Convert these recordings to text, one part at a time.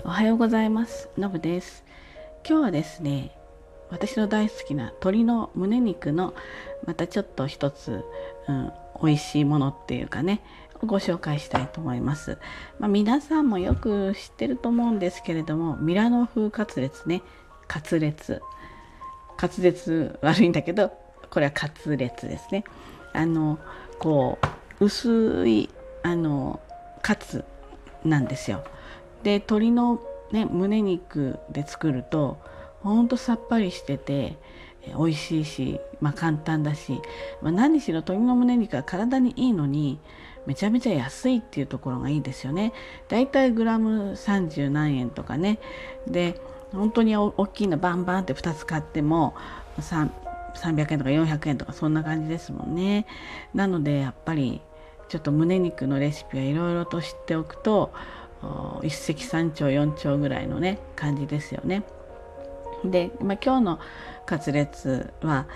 おはようございます。のぶです。今日はですね、私の大好きな鶏の胸肉のまたちょっと一つ、美味しいものっていうかね、ご紹介したいと思います。皆さんもよく知ってると思うんですけれども、ミラノ風カツレツね、カツレツ。滑舌悪いんだけど、これはカツレツですね。こう薄いカツなんですよ。で鶏の、胸肉で作るとほんとさっぱりしてて美味しいし、簡単だし、何しろ鶏の胸肉は体にいいのにめちゃめちゃ安いっていうところがいいですよね。だいたいグラム30何円とかね。で本当に大きいのバンバンって2つ買っても300円とか400円とかそんな感じですもんね。なのでやっぱりちょっと胸肉のレシピはいろいろと知っておくと一石三鳥四鳥ぐらいのね感じですよね。で、今日のカツレツは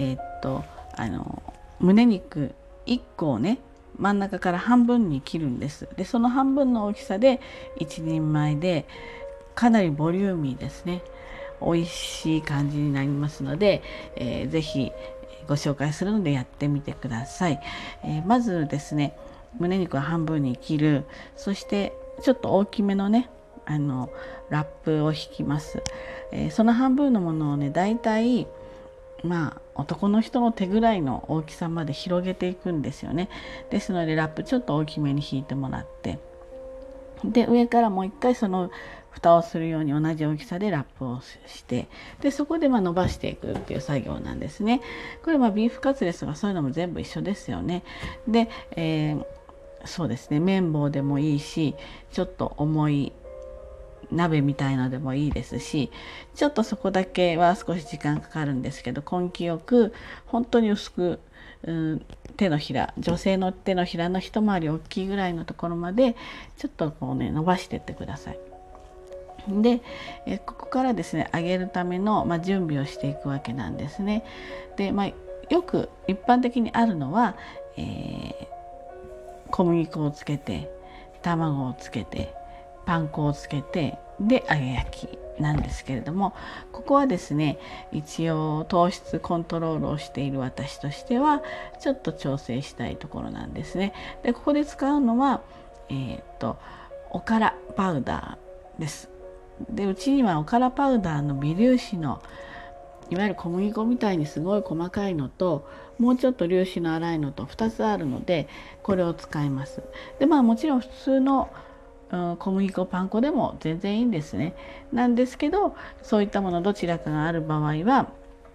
胸肉1個をね真ん中から半分に切るんです。でその半分の大きさで1人前でかなりボリューミーですね。美味しい感じになりますので、ぜひご紹介するのでやってみてください。まずですね、胸肉を半分に切る。そしてちょっと大きめのねラップを引きます。その半分のものをねだいたい男の人の手ぐらいの大きさまで広げていくんですよね。ですのでラップちょっと大きめに引いてもらって、で上からもう一回その蓋をするように同じ大きさでラップをして、でそこで伸ばしていくっていう作業なんですね。これビーフカツですがそういうのも全部一緒ですよね。で、そうですね、綿棒でもいいしちょっと重い鍋みたいのでもいいですし、ちょっとそこだけは少し時間かかるんですけど根気よく本当に薄く、手のひら、女性の手のひらの一回り大きいぐらいのところまでちょっと伸ばしていってください。でここからですね揚げるための、準備をしていくわけなんですね。で、よく一般的にあるのは、小麦粉をつけて卵をつけてパン粉をつけてで揚げ焼きなんですけれども、ここはですね一応糖質コントロールをしている私としてはちょっと調整したいところなんですね。でここで使うのはおからパウダーです。でうちにはおからパウダーの微粒子のいわゆる小麦粉みたいにすごい細かいのともうちょっと粒子の粗いのと2つあるのでこれを使います。でもちろん普通の小麦粉パン粉でも全然いいんですね。なんですけどそういったものどちらかがある場合は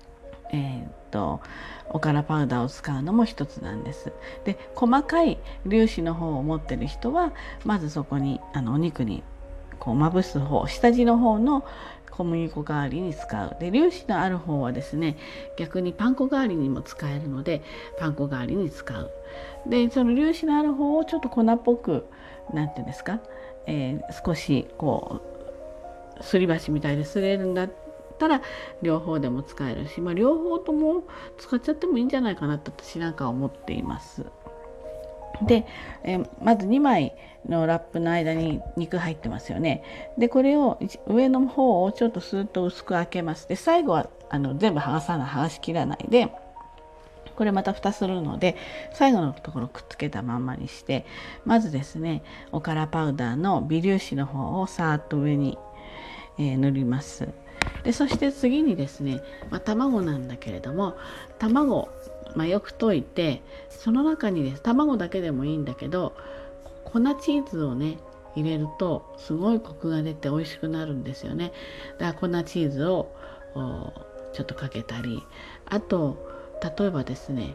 おからパウダーを使うのも一つなんです。で細かい粒子の方を持ってる人はまずそこにお肉にまぶす方、下地の方の小麦粉代わりに使う。で粒子のある方はですね逆にパン粉代わりにも使えるのでパン粉代わりに使う。でその粒子のある方をちょっと粉っぽくなんていうんですか、少しすり鉢みたいですれるんだったら両方でも使えるし、両方とも使っちゃってもいいんじゃないかなと私なんか思っています。で、まず2枚のラップの間に肉入ってますよね。でこれを上の方をちょっとスーッと薄く開けます。で最後は全部剥がしきらないでこれまた蓋するので最後のところくっつけたまんまにして、まずですねおからパウダーの微粒子の方をさーっと上に、塗ります。でそして次にですね、卵なんだけれども卵、よく溶いてその中にです卵だけでもいいんだけど粉チーズをね入れるとすごいコクが出て美味しくなるんですよね。だから粉チーズをちょっとかけたり、あと例えばですね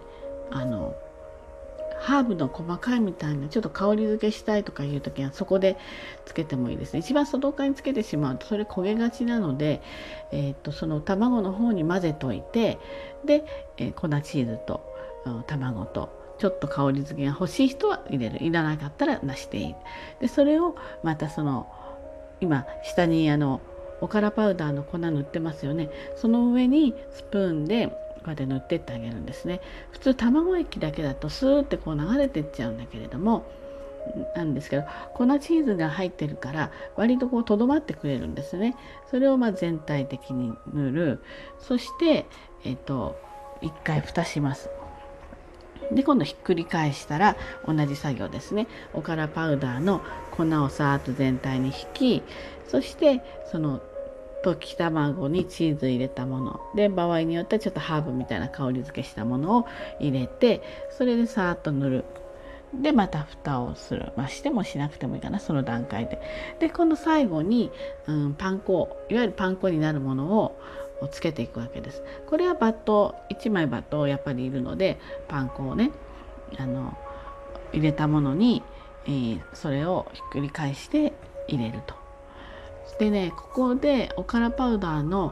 ハーブの細かいみたいなちょっと香り付けしたいとかいう時はそこでつけてもいいですね。一番外側につけてしまうとそれ焦げがちなので、その卵の方に混ぜといてで、粉チーズと卵とちょっと香り付けが欲しい人は入れる、いらなかったらなしでいい。でそれをまた今下におからパウダーの粉塗ってますよね。その上にスプーンでこうやって塗ってってあげるんですね。普通卵液だけだとスーって流れてっちゃうんだけれども、 なんですけど、粉チーズが入ってるから割とこうとどまってくれるんですね。それを全体的に塗る。そして一回蓋します。で今度ひっくり返したら同じ作業ですね。おからパウダーの粉をさーっと全体に引き、そしてその溶き卵にチーズ入れたもので、場合によってはちょっとハーブみたいな香り付けしたものを入れて、それでさーっと塗る。でまた蓋をする、してもしなくてもいいかな、その段階で。で今度最後に、パン粉、いわゆるパン粉になるものをつけていくわけです。これは1枚バットやっぱりいるので、パン粉をね入れたものに、それをひっくり返して入れると。でね、ここでおからパウダーの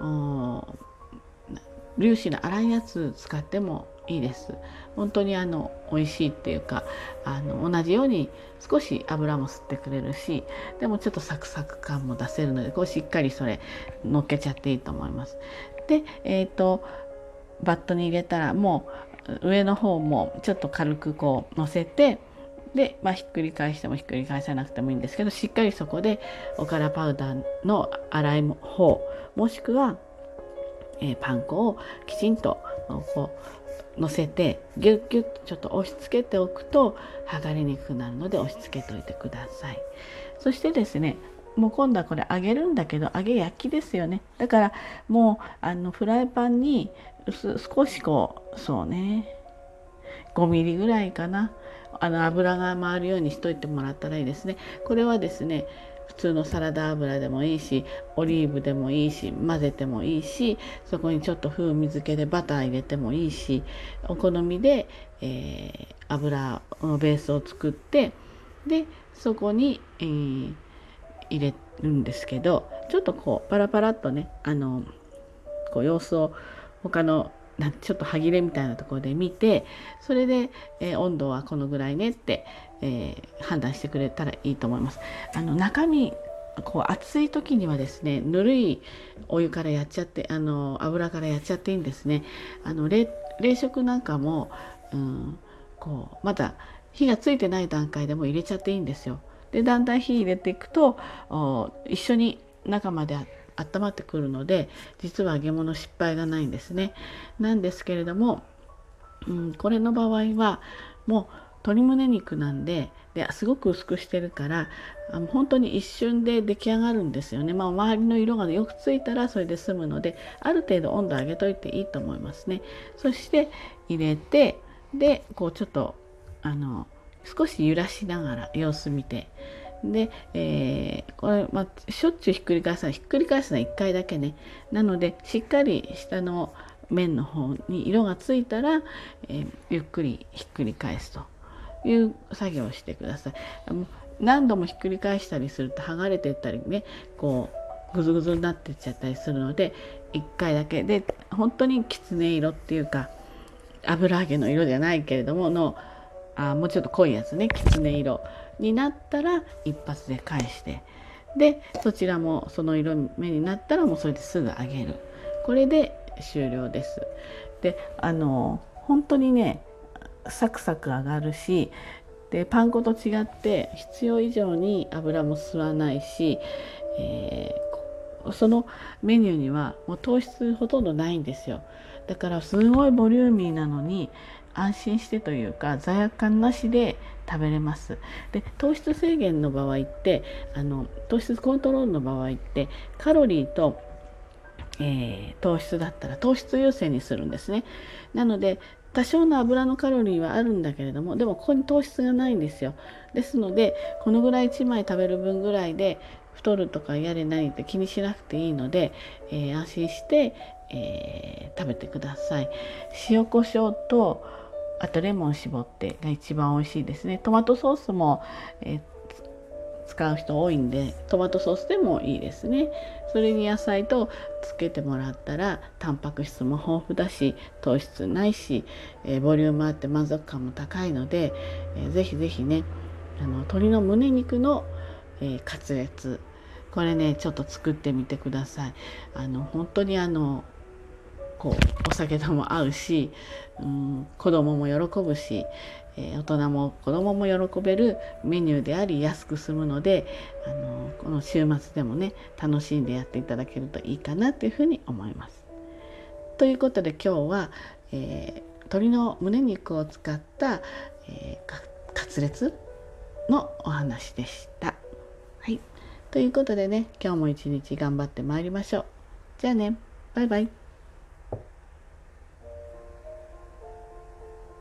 粒子の粗いやつ使ってもいいです。本当に美味しいっていうか、同じように少し油も吸ってくれるし、でもちょっとサクサク感も出せるので、こうしっかりそれ乗っけちゃっていいと思います。でバットに入れたら、もう上の方もちょっと軽くこう乗せて、で、ひっくり返してもひっくり返さなくてもいいんですけど、しっかりそこでおからパウダーの粗い方、もしくは、パン粉をきちんとこう乗せてギュッギュッとちょっと押し付けておくと剥がれにくくなるので、押し付けておいてください。そしてですね、もう今度はこれ揚げるんだけど、揚げ焼きですよね。だからもうフライパンに少しそうね、5ミリぐらいかな、油が回るようにしといてもらったらいいですね。これはですね、普通のサラダ油でもいいし、オリーブでもいいし、混ぜてもいいし、そこにちょっと風味付けでバター入れてもいいし、お好みで、油のベースを作って、でそこに、入れるんですけど、ちょっとパラパラっとね、様子を他のちょっと歯切れみたいなところで見て、それで、温度はこのぐらいねって、判断してくれたらいいと思います。中身熱い時にはですね、ぬるいお湯からやっちゃって、油からやっちゃっていいんですね。冷食なんかも、まだ火がついてない段階でも入れちゃっていいんですよ。でだんだん火入れていくと一緒に中まで温まってくるので、実は揚げ物失敗がないんですね。なんですけれども、これの場合はもう鶏胸肉なんですごく薄くしてるから、本当に一瞬で出来上がるんですよね。周りの色がよくついたらそれで済むので、ある程度温度上げといていいと思いますね。そして入れて、でちょっと少し揺らしながら様子見て、で、これ、しょっちゅうひっくり返すのは1回だけね。なのでしっかり下の面の方に色がついたら、ゆっくりひっくり返すという作業をしてください。何度もひっくり返したりすると剥がれていったりね、グズグズになっていっちゃったりするので、1回だけで、本当にきつね色っていうか油揚げの色じゃないけれどももうちょっと濃いやつね、きつね色になったら一発で返して、でそちらもその色目になったらもうそれですぐ揚げる。これで終了です。で本当にねサクサク揚がるし、でパン粉と違って必要以上に油も吸わないし、そのメニューにはもう糖質ほとんどないんですよ。だからすごいボリューミーなのに安心してというか罪悪感なしで食べれます。で糖質制限の場合って糖質コントロールの場合ってカロリーと、糖質だったら糖質優先にするんですね。なので多少の油のカロリーはあるんだけれども、でもここに糖質がないんですよ。ですのでこのぐらい1枚食べる分ぐらいで太るとかやれないって気にしなくていいので、安心して、食べてください。塩コショウとあとレモン絞ってが一番美味しいですね。トマトソースも、使う人多いんでトマトソースでもいいですね。それに野菜とつけてもらったらタンパク質も豊富だし糖質ないし、ボリュームあって満足感も高いので、ぜひぜひね鶏の胸肉の、カツレツ、これねちょっと作ってみてください。本当にお酒とも合うし、子供も喜ぶし、大人も子供も喜べるメニューであり安く済むので、この週末でもね楽しんでやっていただけるといいかなというふうに思います。ということで今日は、鶏の胸肉を使った、カツレツのお話でした。はい、ということでね、今日も一日頑張ってまいりましょう。じゃあね、バイバイ。